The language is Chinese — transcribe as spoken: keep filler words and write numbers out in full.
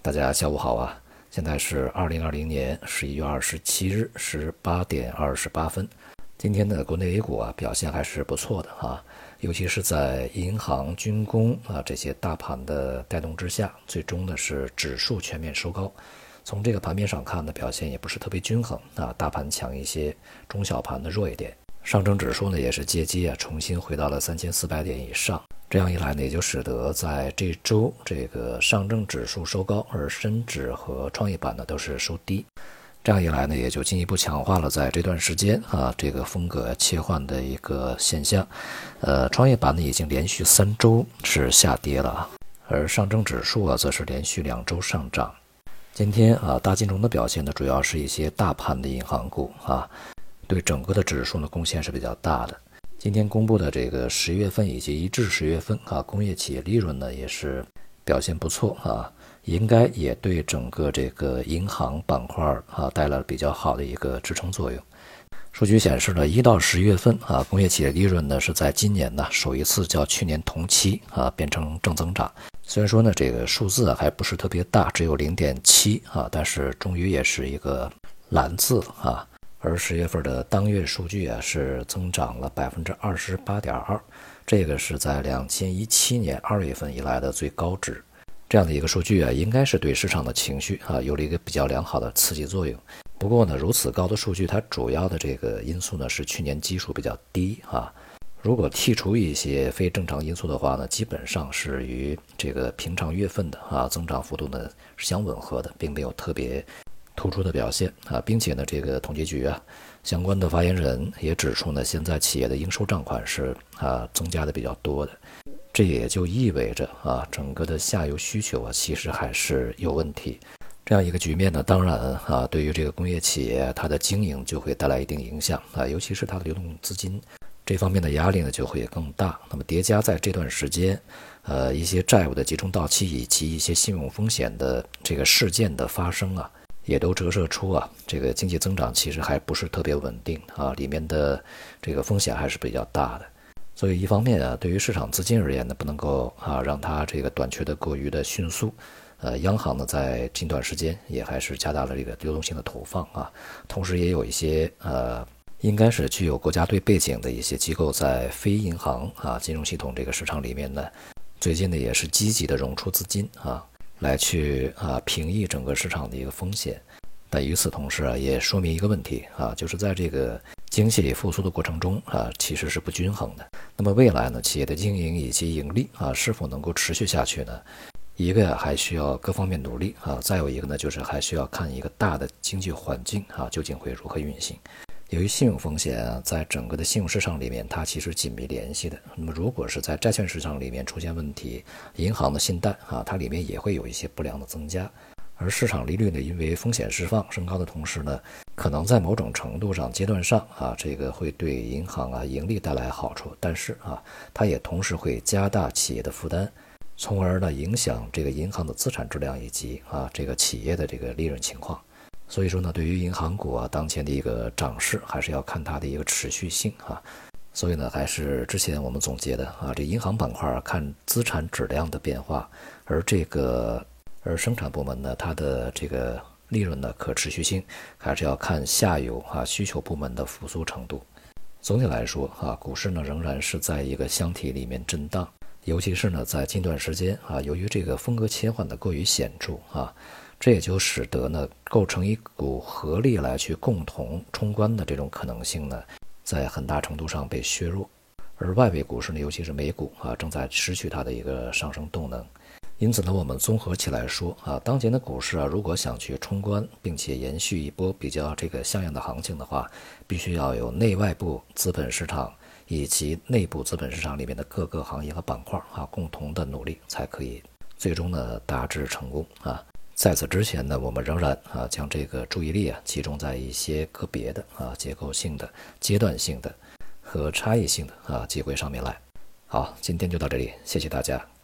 大家下午好啊！现在是二零二零年十一月二十七日十八点二十八分。今天的国内 A 股啊表现还是不错的啊，尤其是在银行、军工啊这些大盘的带动之下，最终呢是指数全面收高。从这个盘面上看呢，表现也不是特别均衡啊，大盘强一些，中小盘的弱一点。上证指数呢也是借机啊重新回到了三千四百点以上。这样一来呢，也就使得在这周这个上证指数收高，而深指和创业板呢都是收低。这样一来呢，也就进一步强化了在这段时间啊这个风格切换的一个现象。呃，创业板呢已经连续三周是下跌了，而上证指数啊则是连续两周上涨。今天啊大金融的表现呢，主要是一些大盘的银行股啊，对整个的指数呢贡献是比较大的。今天公布的这个十月份以及一至十月份啊，工业企业利润呢也是表现不错啊，应该也对整个这个银行板块啊带来了比较好的一个支撑作用。数据显示呢，一到十月份啊，工业企业利润呢是在今年呢首一次较去年同期啊变成正增长。虽然说呢这个数字还不是特别大，只有 零点七 啊，但是终于也是一个蓝字啊。而十月份的当月数据啊是增长了 百分之二十八点二， 这个是在两千一七年二月份以来的最高值。这样的一个数据啊，应该是对市场的情绪啊有了一个比较良好的刺激作用。不过呢，如此高的数据，它主要的这个因素呢是去年基数比较低啊。如果剔除一些非正常因素的话呢，基本上是与这个平常月份的啊增长幅度呢是相吻合的，并没有特别突出的表现啊，并且呢，这个统计局啊相关的发言人也指出呢，现在企业的应收账款是啊增加的比较多的，这也就意味着啊整个的下游需求啊其实还是有问题。这样一个局面呢，当然啊对于这个工业企业它的经营就会带来一定影响啊，尤其是它的流动资金这方面的压力呢就会更大。那么叠加在这段时间呃一些债务的集中到期以及一些信用风险的这个事件的发生啊，也都折射出啊，这个经济增长其实还不是特别稳定啊，里面的这个风险还是比较大的。所以一方面啊，对于市场资金而言呢，不能够啊让它这个短缺的过于的迅速。呃，央行呢在近段时间也还是加大了这个流动性的投放啊，同时也有一些呃，应该是具有国家队背景的一些机构在非银行啊金融系统这个市场里面呢，最近呢也是积极的融出资金啊。来去啊平抑整个市场的一个风险。但与此同时啊，也说明一个问题啊，就是在这个经济复苏的过程中啊，其实是不均衡的。那么未来呢，企业的经营以及盈利啊，是否能够持续下去呢？一个还需要各方面努力啊，再有一个呢，就是还需要看一个大的经济环境啊，究竟会如何运行。由于信用风险啊，在整个的信用市场里面，它其实紧密联系的。那么，如果是在债券市场里面出现问题，银行的信贷啊，它里面也会有一些不良的增加。而市场利率呢，因为风险释放升高的同时呢，可能在某种程度上、阶段上啊，这个会对银行啊盈利带来好处，但是啊，它也同时会加大企业的负担，从而呢影响这个银行的资产质量以及啊这个企业的这个利润情况。所以说呢，对于银行股啊，当前的一个涨势还是要看它的一个持续性啊。所以呢，还是之前我们总结的啊，这银行板块啊，看资产质量的变化，而这个而生产部门呢，它的这个利润的可持续性，还是要看下游啊需求部门的复苏程度。总体来说啊，股市呢仍然是在一个箱体里面震荡，尤其是呢在近段时间啊，由于这个风格切换的过于显著啊。这也就使得呢，构成一股合力来去共同冲关的这种可能性呢，在很大程度上被削弱。而外围股市呢，尤其是美股啊，正在失去它的一个上升动能。因此呢，我们综合起来说啊，当前的股市啊，如果想去冲关，并且延续一波比较这个像样的行情的话，必须要有内外部资本市场以及内部资本市场里面的各个行业和板块啊，共同的努力，才可以最终呢达至成功啊。在此之前呢，我们仍然啊将这个注意力啊集中在一些个别的啊结构性的、阶段性的和差异性的啊机会上面来。好，今天就到这里，谢谢大家。